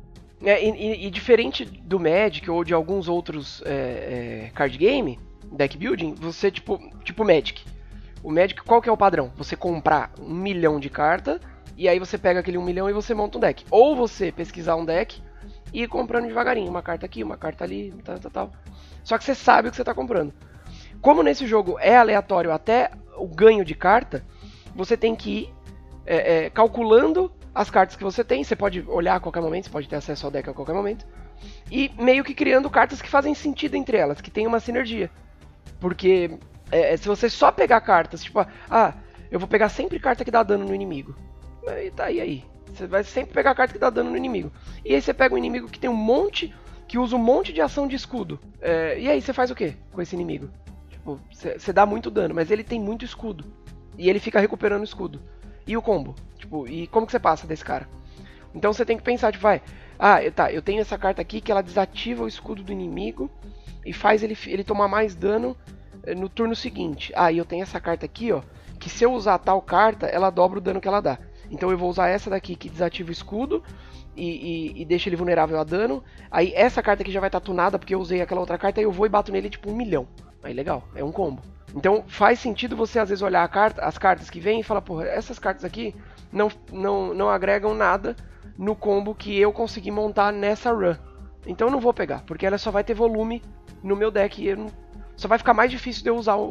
E diferente do Magic ou de alguns outros card game, deck building, você, tipo Magic. O Magic, qual que é o padrão? Você comprar 1 milhão de cartas, e aí você pega aquele 1 milhão e você monta um deck. Ou você pesquisar um deck e ir comprando devagarinho, uma carta aqui, uma carta ali, tal. Só que você sabe o que você tá comprando. Como nesse jogo é aleatório até o ganho de carta, você tem que ir calculando as cartas que você tem. Você pode olhar a qualquer momento, você pode ter acesso ao deck a qualquer momento. E meio que criando cartas que fazem sentido entre elas, que tem uma sinergia. Porque se você só pegar cartas, tipo, eu vou pegar sempre carta que dá dano no inimigo. E aí? Você vai sempre pegar carta que dá dano no inimigo. E aí você pega um inimigo que tem que usa um monte de ação de escudo. E aí você faz o quê com esse inimigo? Tipo, você dá muito dano, mas ele tem muito escudo. E ele fica recuperando o escudo. E o combo? Tipo, e como que você passa desse cara? Então você tem que pensar, tipo, eu tenho essa carta aqui que ela desativa o escudo do inimigo e faz ele tomar mais dano no turno seguinte. E eu tenho essa carta aqui, ó, que se eu usar tal carta, ela dobra o dano que ela dá. Então eu vou usar essa daqui que desativa o escudo e deixa ele vulnerável a dano. Aí essa carta aqui já vai estar tunada porque eu usei aquela outra carta e eu vou e bato nele tipo 1 milhão. Aí legal, é um combo. Então faz sentido você às vezes olhar as cartas que vêm e falar, porra, essas cartas aqui não agregam nada no combo que eu consegui montar nessa run. Então eu não vou pegar, porque ela só vai ter volume no meu deck e só vai ficar mais difícil de eu usar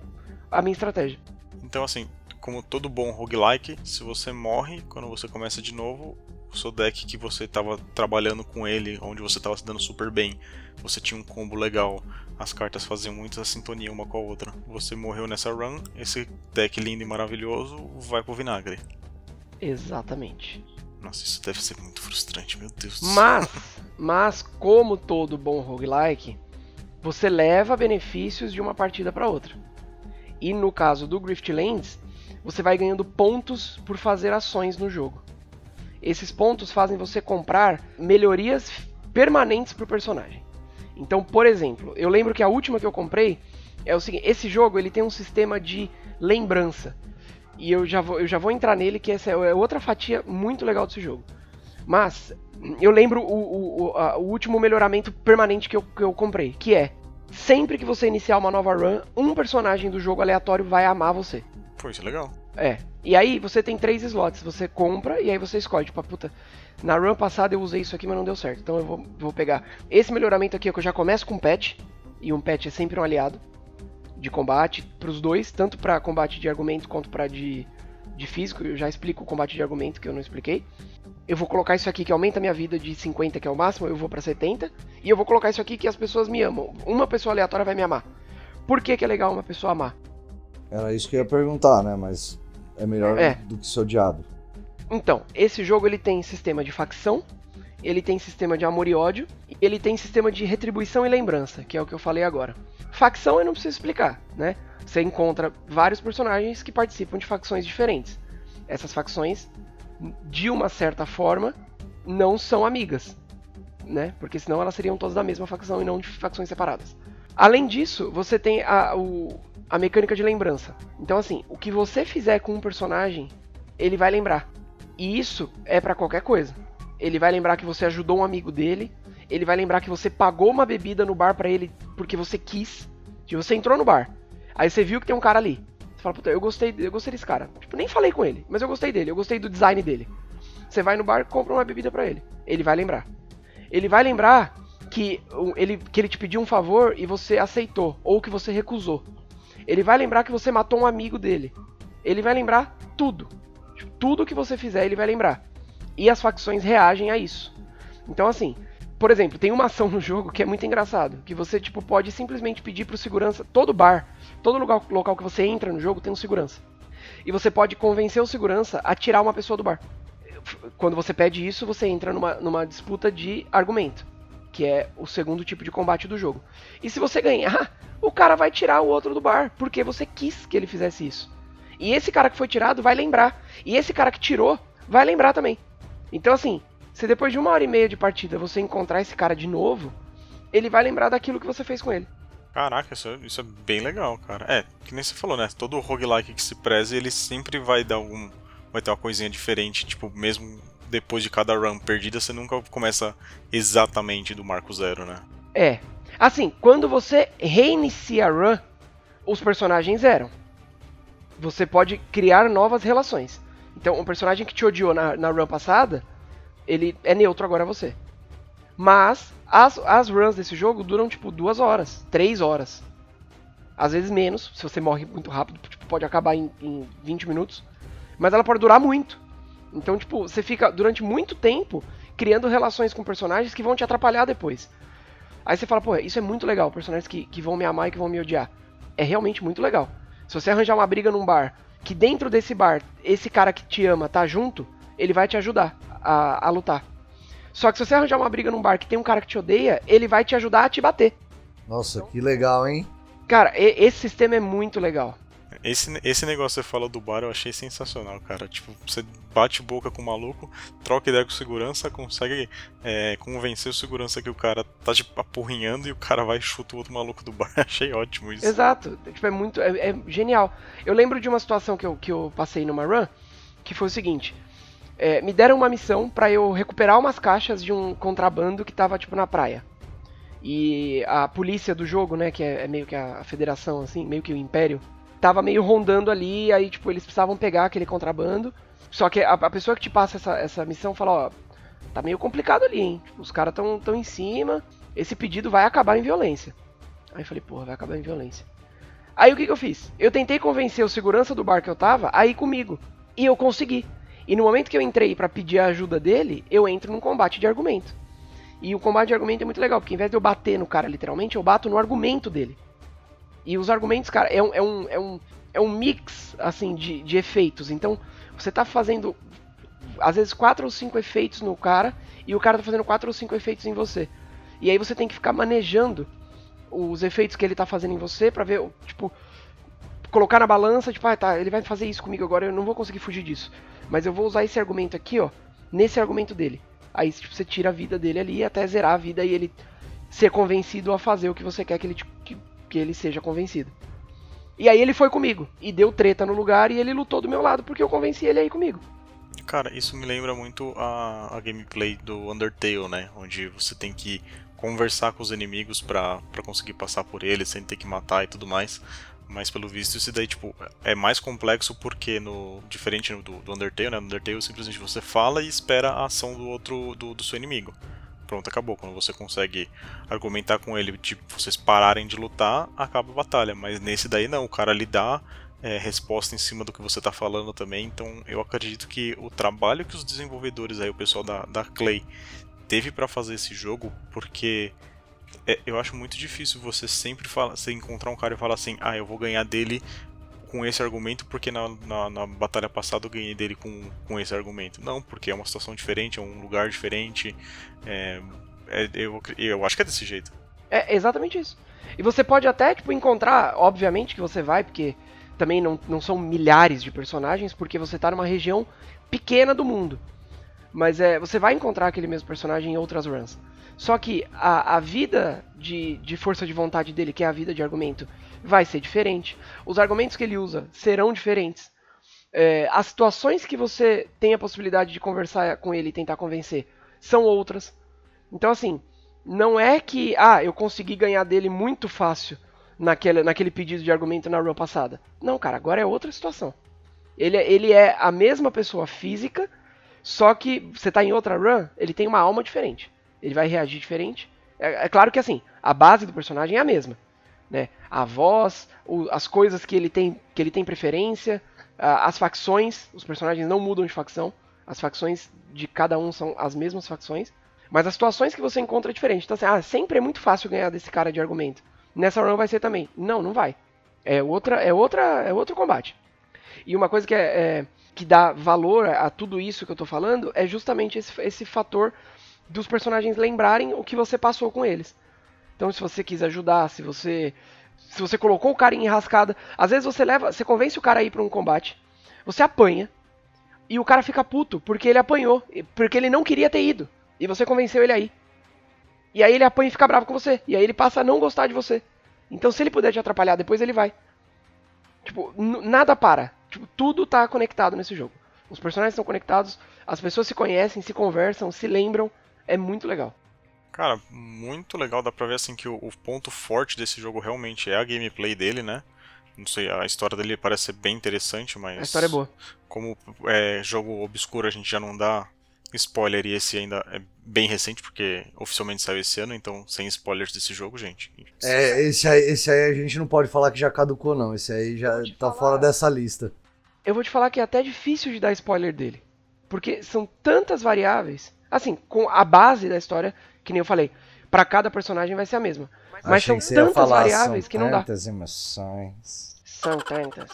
a minha estratégia. Então assim, como todo bom roguelike, se você morre, quando você começa de novo, o seu deck que você estava trabalhando com ele, onde você estava se dando super bem, você tinha um combo legal, as cartas faziam muita sintonia uma com a outra. Você morreu nessa run, esse deck lindo e maravilhoso vai pro vinagre. Exatamente. Nossa, isso deve ser muito frustrante, meu Deus do céu. Mas como todo bom roguelike, você leva benefícios de uma partida para outra. E no caso do Griftlands, você vai ganhando pontos por fazer ações no jogo. Esses pontos fazem você comprar melhorias permanentes para o personagem. Então, por exemplo, eu lembro que a última que eu comprei é o seguinte: esse jogo ele tem um sistema de lembrança. E eu já vou entrar nele, que essa é outra fatia muito legal desse jogo. Mas eu lembro o último melhoramento permanente que eu comprei, que é sempre que você iniciar uma nova run, um personagem do jogo aleatório vai amar você. Pô, isso é legal. E aí você tem 3 slots, você compra e aí você escolhe, tipo, puta, na run passada eu usei isso aqui, mas não deu certo, então eu vou pegar esse melhoramento aqui, que eu já começo com patch, e um patch é sempre um aliado de combate pros dois, tanto pra combate de argumento quanto pra de físico. Eu já explico o combate de argumento que eu não expliquei. Eu vou colocar isso aqui que aumenta a minha vida de 50, que é o máximo, eu vou pra 70, e eu vou colocar isso aqui que as pessoas me amam. Uma pessoa aleatória vai me amar. Por que é legal uma pessoa amar? Era isso que eu ia perguntar, né? Mas é melhor do que ser odiado. Então, esse jogo ele tem sistema de facção, ele tem sistema de amor e ódio, e ele tem sistema de retribuição e lembrança, que é o que eu falei agora. Facção eu não preciso explicar, né? Você encontra vários personagens que participam de facções diferentes. Essas facções, de uma certa forma, não são amigas, né? Porque senão elas seriam todas da mesma facção e não de facções separadas. Além disso, você tem a mecânica de lembrança. Então assim, o que você fizer com um personagem, ele vai lembrar. E isso é pra qualquer coisa. Ele vai lembrar que você ajudou um amigo dele, ele vai lembrar que você pagou uma bebida no bar pra ele porque você quis. Tipo, você entrou no bar, aí você viu que tem um cara ali. Você fala, puta, eu gostei desse cara. Tipo, nem falei com ele, mas eu gostei dele, eu gostei do design dele. Você vai no bar e compra uma bebida pra ele. Ele vai lembrar. Ele vai lembrar que ele te pediu um favor e você aceitou, ou que você recusou. Ele vai lembrar que você matou um amigo dele. Ele vai lembrar tudo. Tudo que você fizer, ele vai lembrar. E as facções reagem a isso. Então, assim, por exemplo, tem uma ação no jogo que é muito engraçado, que você tipo pode simplesmente pedir pro segurança, todo bar, todo local que você entra no jogo tem um segurança. E você pode convencer o segurança a tirar uma pessoa do bar. Quando você pede isso, você entra numa disputa de argumento, que é o segundo tipo de combate do jogo. E se você ganhar, o cara vai tirar o outro do bar, porque você quis que ele fizesse isso. E esse cara que foi tirado vai lembrar. E esse cara que tirou vai lembrar também. Então assim, se depois de 1h30 de partida você encontrar esse cara de novo, ele vai lembrar daquilo que você fez com ele. Caraca, isso é bem legal, cara. É, que nem você falou, né? Todo roguelike que se preze, ele sempre vai dar vai ter uma coisinha diferente, tipo, mesmo depois de cada run perdida, você nunca começa exatamente do marco zero, né? É. Assim, quando você reinicia a run, os personagens eram. Você pode criar novas relações. Então, um personagem que te odiou na run passada, ele é neutro agora a você. Mas as runs desse jogo duram tipo 2 horas, 3 horas. Às vezes menos, se você morre muito rápido, tipo, pode acabar em 20 minutos. Mas ela pode durar muito. Então, tipo, você fica durante muito tempo criando relações com personagens que vão te atrapalhar depois. Aí você fala, pô, isso é muito legal, personagens que vão me amar e que vão me odiar. É realmente muito legal. Se você arranjar uma briga num bar, que dentro desse bar, esse cara que te ama tá junto, ele vai te ajudar a lutar. Só que se você arranjar uma briga num bar que tem um cara que te odeia, ele vai te ajudar a te bater. Nossa, que legal, hein? Cara, esse sistema é muito legal. Esse negócio que você falou do bar eu achei sensacional, cara. Tipo, você bate boca com o maluco, troca ideia com o segurança, consegue convencer o segurança que o cara tá tipo apurrinhando e o cara vai e chuta o outro maluco do bar. Achei ótimo isso. Exato, tipo, é genial. Eu lembro de uma situação que eu passei numa run, que foi o seguinte. Me deram uma missão pra eu recuperar umas caixas de um contrabando que tava tipo na praia. E a polícia do jogo, né, que é meio que a federação, assim, meio que o império, tava meio rondando ali, aí tipo, eles precisavam pegar aquele contrabando. Só que a pessoa que te passa essa missão fala, ó, tá meio complicado ali, hein? Tipo, os caras tão em cima, esse pedido vai acabar em violência. Aí eu falei, porra, vai acabar em violência. Aí o que eu fiz? Eu tentei convencer o segurança do bar que eu tava a ir comigo. E eu consegui. E no momento que eu entrei pra pedir a ajuda dele, eu entro num combate de argumento. E o combate de argumento é muito legal, porque ao invés de eu bater no cara literalmente, eu bato no argumento dele. E os argumentos, cara, é um mix, assim, de efeitos. Então, você tá fazendo, às vezes, 4 ou 5 efeitos no cara, e o cara tá fazendo 4 ou 5 efeitos em você. E aí você tem que ficar manejando os efeitos que ele tá fazendo em você, pra ver, tipo, colocar na balança, tipo, tá, ele vai fazer isso comigo agora, eu não vou conseguir fugir disso. Mas eu vou usar esse argumento aqui, ó, nesse argumento dele. Aí, tipo, você tira a vida dele ali até zerar a vida e ele ser convencido a fazer o que você quer que ele seja convencido. E aí ele foi comigo, e deu treta no lugar, e ele lutou do meu lado, porque eu convenci ele a ir comigo. Cara, isso me lembra muito a gameplay do Undertale, né? Onde você tem que conversar com os inimigos pra conseguir passar por eles, sem ter que matar e tudo mais. Mas pelo visto isso daí, tipo, é mais complexo porque diferente do Undertale, né? No Undertale simplesmente você fala e espera a ação do outro, do seu inimigo. Pronto, acabou. Quando você consegue argumentar com ele, tipo, vocês pararem de lutar, acaba a batalha. Mas nesse daí não, o cara lhe dá resposta em cima do que você tá falando também. Então eu acredito que o trabalho que os desenvolvedores aí, o pessoal da Clay, teve pra fazer esse jogo, porque eu acho muito difícil você encontrar um cara e falar assim, eu vou ganhar dele com esse argumento porque na batalha passada eu ganhei dele com esse argumento. Não, porque é uma situação diferente, é um lugar diferente. Eu acho que é desse jeito. É exatamente isso. E você pode até, tipo, encontrar, obviamente que você vai, porque também não são milhares de personagens, porque você tá numa região pequena do mundo. Mas você vai encontrar aquele mesmo personagem em outras runs. Só que a vida de força de vontade dele, que é a vida de argumento, vai ser diferente. Os argumentos que ele usa serão diferentes. As situações que você tem a possibilidade de conversar com ele e tentar convencer são outras. Então, assim, não é que eu consegui ganhar dele muito fácil naquele pedido de argumento na run passada. Não, cara, agora é outra situação. Ele é a mesma pessoa física, só que você tá em outra run, ele tem uma alma diferente. Ele vai reagir diferente. É claro que assim, a base do personagem é a mesma, né? A voz, as coisas que ele tem preferência, as facções, os personagens não mudam de facção. As facções de cada um são as mesmas facções. Mas as situações que você encontra é diferente. Então assim, sempre é muito fácil ganhar desse cara de argumento. Nessa run vai ser também. Não vai. É outro combate. E uma coisa que dá valor a tudo isso que eu tô falando é justamente esse fator dos personagens lembrarem o que você passou com eles. Então, se você quis ajudar, se você colocou o cara em enrascada, às vezes você convence o cara a ir pra um combate, você apanha, e o cara fica puto porque ele apanhou, porque ele não queria ter ido, e você convenceu ele a ir. E aí ele apanha e fica bravo com você, e aí ele passa a não gostar de você. Então, se ele puder te atrapalhar, depois ele vai. Tipo, nada para. Tipo, tudo tá conectado nesse jogo. Os personagens estão conectados, as pessoas se conhecem, se conversam, se lembram. É muito legal. Cara, muito legal. Dá pra ver assim que o ponto forte desse jogo realmente é a gameplay dele, né? Não sei, a história dele parece ser bem interessante, mas A história é boa. Como é jogo obscuro, a gente já não dá spoiler e esse ainda é bem recente, porque oficialmente saiu esse ano, então sem spoilers desse jogo, gente. Esse aí a gente não pode falar que já caducou, não. Esse aí já tá fora dessa lista. Eu vou te falar que é até difícil de dar spoiler dele. Porque são tantas variáveis. Assim, com a base da história, que nem eu falei, pra cada personagem vai ser a mesma. Mas são tantas variáveis que não dá. Tantas emoções. São tantas.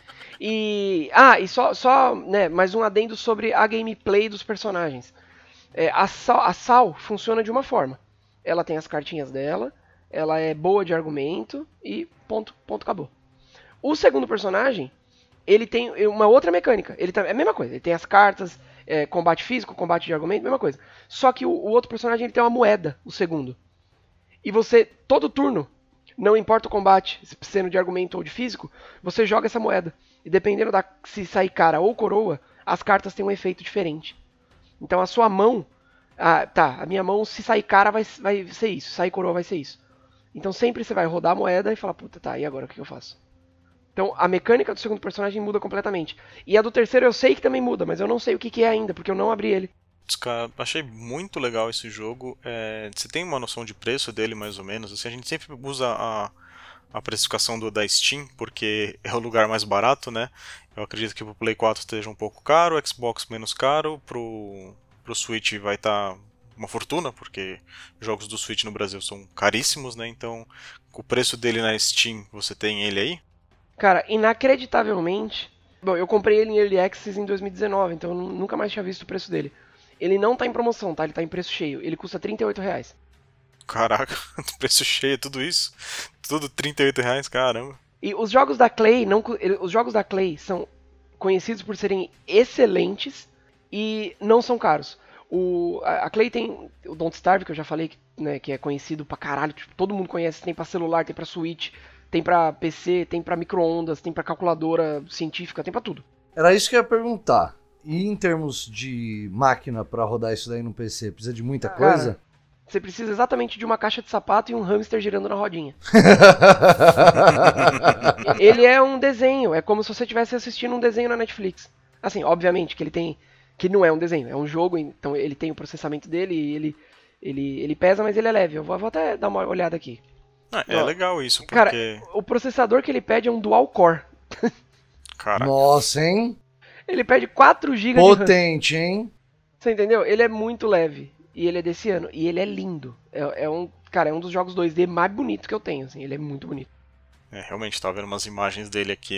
E só né, mais um adendo sobre a gameplay dos personagens. A Sal funciona de uma forma. Ela tem as cartinhas dela, ela é boa de argumento e ponto acabou. O segundo personagem, ele tem uma outra mecânica. É a mesma coisa, ele tem as cartas, combate físico, combate de argumento, mesma coisa. Só que o outro personagem ele tem uma moeda, o segundo. E você, todo turno, não importa o combate, sendo de argumento ou de físico, você joga essa moeda. E dependendo se sair cara ou coroa, as cartas têm um efeito diferente. Então a sua mão, a minha mão, se sair cara vai ser isso, se sair coroa vai ser isso. Então sempre você vai rodar a moeda e falar, puta, tá, e agora o que eu faço? Então a mecânica do segundo personagem muda completamente. E a do terceiro eu sei que também muda, mas eu não sei o que é ainda, porque eu não abri ele. Cara, achei muito legal esse jogo. Você tem uma noção de preço dele, mais ou menos? Assim, a gente sempre usa a precificação da Steam, porque é o lugar mais barato, né? Eu acredito que pro Play 4 esteja um pouco caro, o Xbox menos caro, pro Switch vai estar uma fortuna, porque jogos do Switch no Brasil são caríssimos, né? Então, o preço dele na Steam, você tem ele aí? Cara, inacreditavelmente... Bom, eu comprei ele em Early Access em 2019, então eu nunca mais tinha visto o preço dele. Ele não tá em promoção, tá? Ele tá em preço cheio. Ele custa R$38. Caraca, preço cheio, tudo isso? Tudo R$38, caramba. E os jogos da Clay, os jogos da Clay são conhecidos por serem excelentes e não são caros. A Clay tem o Don't Starve, que eu já falei, né, que é conhecido pra caralho, tipo, todo mundo conhece, tem pra celular, tem pra Switch, tem pra PC, tem pra micro-ondas, tem pra calculadora científica, tem pra tudo. Era isso que eu ia perguntar. E em termos de máquina pra rodar isso daí no PC, precisa de muita Cara, coisa? você precisa exatamente de uma caixa de sapato e um hamster girando na rodinha. Ele é um desenho, é como se você estivesse assistindo um desenho na Netflix. Assim, obviamente que ele tem. Que não é um desenho, é um jogo, então ele tem o processamento dele e ele pesa, mas ele é leve. Eu vou até dar uma olhada aqui. É Ó, legal isso, cara, porque... o processador que ele pede é um dual core. Caraca. Nossa, hein? Ele pede 4 GB de RAM. Potente, hein? Você entendeu? Ele é muito leve. E ele é desse ano. E ele é lindo. Cara, é um dos jogos 2D mais bonitos que eu tenho, assim. Ele é muito bonito. Realmente, tava vendo umas imagens dele aqui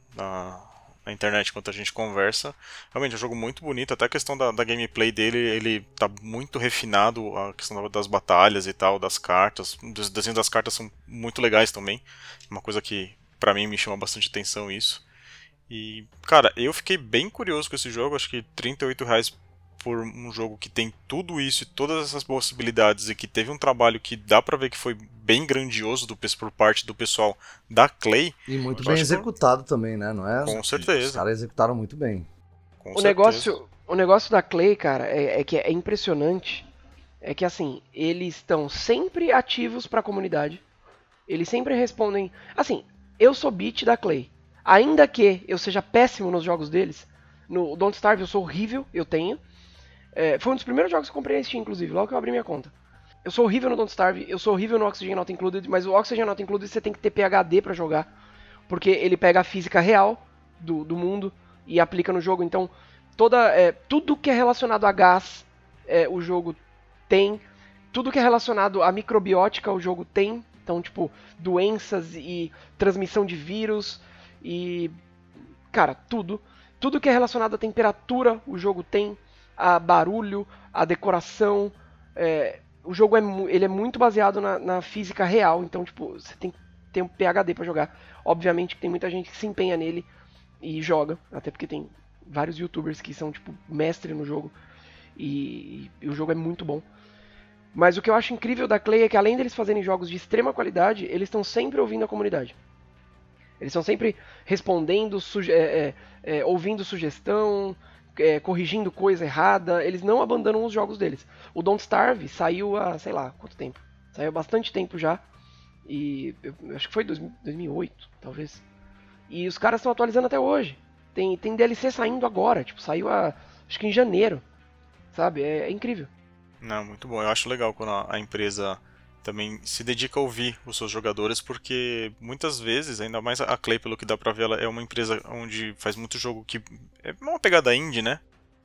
na internet enquanto a gente conversa. Realmente, é um jogo muito bonito. Até a questão da gameplay dele, ele tá muito refinado. A questão das batalhas e tal, das cartas. Os desenhos das cartas são muito legais também. Uma coisa que, pra mim, me chama bastante atenção isso. E, cara, eu fiquei bem curioso com esse jogo. Acho que R$ 38 por um jogo que tem tudo isso e todas essas possibilidades e que teve um trabalho que dá pra ver que foi bem grandioso por parte do pessoal da Clay. E muito eu bem acho executado também, né? Não é? Com Os certeza. caras executaram muito bem. Com O certeza. negócio da Clay, cara, é que é impressionante. É que, assim, eles estão sempre ativos pra comunidade. Eles sempre respondem. Assim, eu sou beat da Clay. Ainda que eu seja péssimo nos jogos deles, no Don't Starve eu sou horrível, eu tenho. Foi um dos primeiros jogos que eu comprei na Steam, inclusive, logo que eu abri minha conta. Eu sou horrível no Don't Starve, eu sou horrível no Oxygen Not Included, mas o Oxygen Not Included você tem que ter PhD pra jogar, porque ele pega a física real do mundo e aplica no jogo. Então, tudo que é relacionado a gás, o jogo tem. Tudo que é relacionado à microbiótica, o jogo tem. Então, tipo, doenças e transmissão de vírus e... Cara, tudo. Tudo que é relacionado à temperatura, o jogo tem. A barulho, a decoração. O jogo ele é muito baseado na física real. Então, tipo, você tem que ter um PhD pra jogar. Obviamente que tem muita gente que se empenha nele e joga. Até porque tem vários youtubers que são, tipo, mestre no jogo. E o jogo é muito bom. Mas o que eu acho incrível da Clay é que além deles fazerem jogos de extrema qualidade, eles estão sempre ouvindo a comunidade. Eles estão sempre respondendo, ouvindo sugestão, corrigindo coisa errada. Eles não abandonam os jogos deles. O Don't Starve saiu há, sei lá, quanto tempo? Saiu há bastante tempo já. E eu acho que foi 2008, talvez. E os caras estão atualizando até hoje. Tem DLC saindo agora, tipo, saiu acho que em janeiro. Sabe? É incrível. Não, muito bom. Eu acho legal quando a empresa também se dedica a ouvir os seus jogadores, porque muitas vezes, ainda mais a Clay, pelo que dá pra ver, ela é uma empresa onde faz muito jogo que é uma pegada indie, né?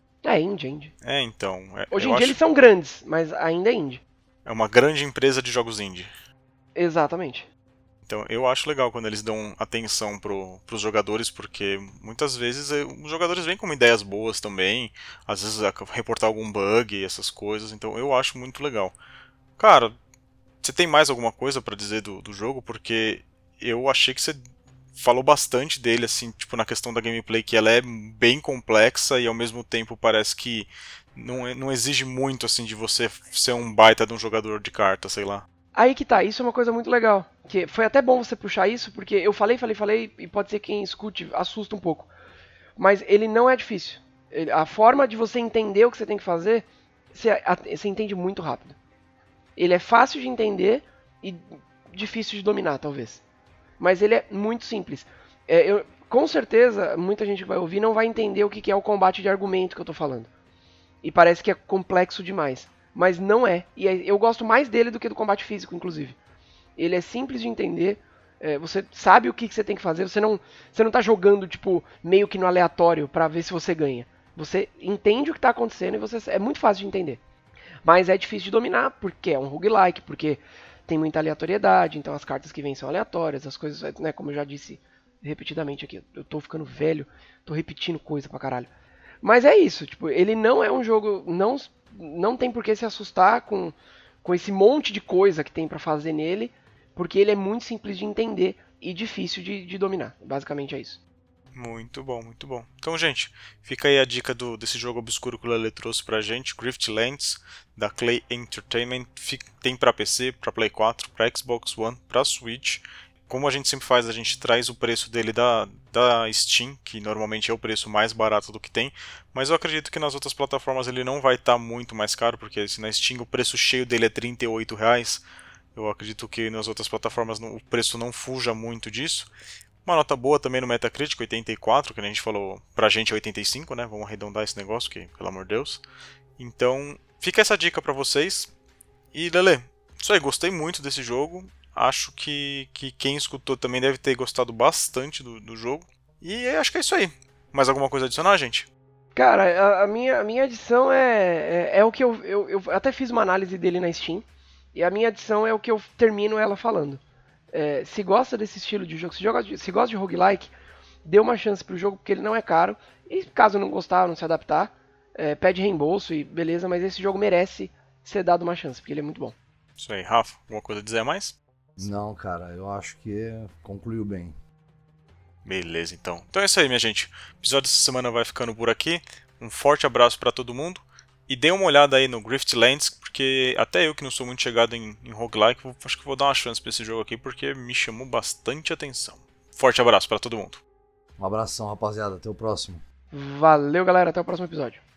Indie. Então. Hoje Eu em dia acho eles são grandes, mas ainda é indie. é uma grande empresa de jogos indie. Exatamente. Então, eu acho legal quando eles dão atenção pros jogadores, porque muitas vezes os jogadores vêm com ideias boas também, às vezes reportar algum bug, essas coisas, então eu acho muito legal. Cara, você tem mais alguma coisa pra dizer do jogo? Porque eu achei que você falou bastante dele, assim, tipo, na questão da gameplay, que ela é bem complexa e ao mesmo tempo parece que não exige muito, assim, de você ser um baita de um jogador de carta, sei lá. Aí que tá, isso é uma coisa muito legal. Que foi até bom você puxar isso, porque eu falei, e pode ser que quem escute assusta um pouco. Mas ele não é difícil. A forma de você entender o que você tem que fazer, você entende muito rápido. Ele é fácil de entender e difícil de dominar, talvez. Mas ele é muito simples. Com certeza, muita gente que vai ouvir não vai entender o que é o combate de argumento que eu tô falando. E parece que é complexo demais. Mas não é. E eu gosto mais dele do que do combate físico, inclusive. Ele é simples de entender. Você sabe o que você tem que fazer. Você não tá jogando, tipo, meio que no aleatório pra ver se você ganha. Você entende o que tá acontecendo e é muito fácil de entender. Mas é difícil de dominar, porque é um roguelike, porque tem muita aleatoriedade, então as cartas que vêm são aleatórias, as coisas, né, como eu já disse repetidamente aqui, eu tô ficando velho, tô repetindo coisa pra caralho. Mas é isso, tipo, ele não é um jogo, não tem por que se assustar com esse monte de coisa que tem pra fazer nele, porque ele é muito simples de entender e difícil de dominar, basicamente é isso. Muito bom, muito bom. Então, gente, fica aí a dica desse jogo obscuro que o Lele trouxe pra gente, Griftlands, da Clay Entertainment. Tem pra PC, pra Play 4, pra Xbox One, pra Switch. Como a gente sempre faz, a gente traz o preço dele da Steam, que normalmente é o preço mais barato do que tem, mas eu acredito que nas outras plataformas ele não vai estar muito mais caro, porque se na Steam o preço cheio dele é R$ 38, eu acredito que nas outras plataformas o preço não fuja muito disso. Uma nota boa também no Metacritic, 84, que a gente falou, pra gente é 85, né? Vamos arredondar esse negócio, que, pelo amor de Deus. Então, fica essa dica pra vocês. E, Lele, isso aí, gostei muito desse jogo. Acho que quem escutou também deve ter gostado bastante do jogo. E acho que é isso aí. Mais alguma coisa a adicionar, gente? Cara, a minha adição é o que eu até fiz uma análise dele na Steam. E a minha adição é o que eu termino ela falando. Se gosta desse estilo de jogo, se gosta de roguelike, dê uma chance pro jogo, porque ele não é caro. E caso não gostar, não se adaptar, pede reembolso e beleza, mas esse jogo merece ser dado uma chance, porque ele é muito bom. Isso aí, Rafa, alguma coisa a dizer a mais? Não, cara, eu acho que concluiu bem. Beleza, então. Então é isso aí, minha gente. O episódio dessa semana vai ficando por aqui. Um forte abraço pra todo mundo. E dê uma olhada aí no Griftlands, porque até eu que não sou muito chegado em roguelike, acho que vou dar uma chance pra esse jogo aqui, porque me chamou bastante atenção. Forte abraço pra todo mundo. Um abração, rapaziada. Até o próximo. Valeu, galera. Até o próximo episódio.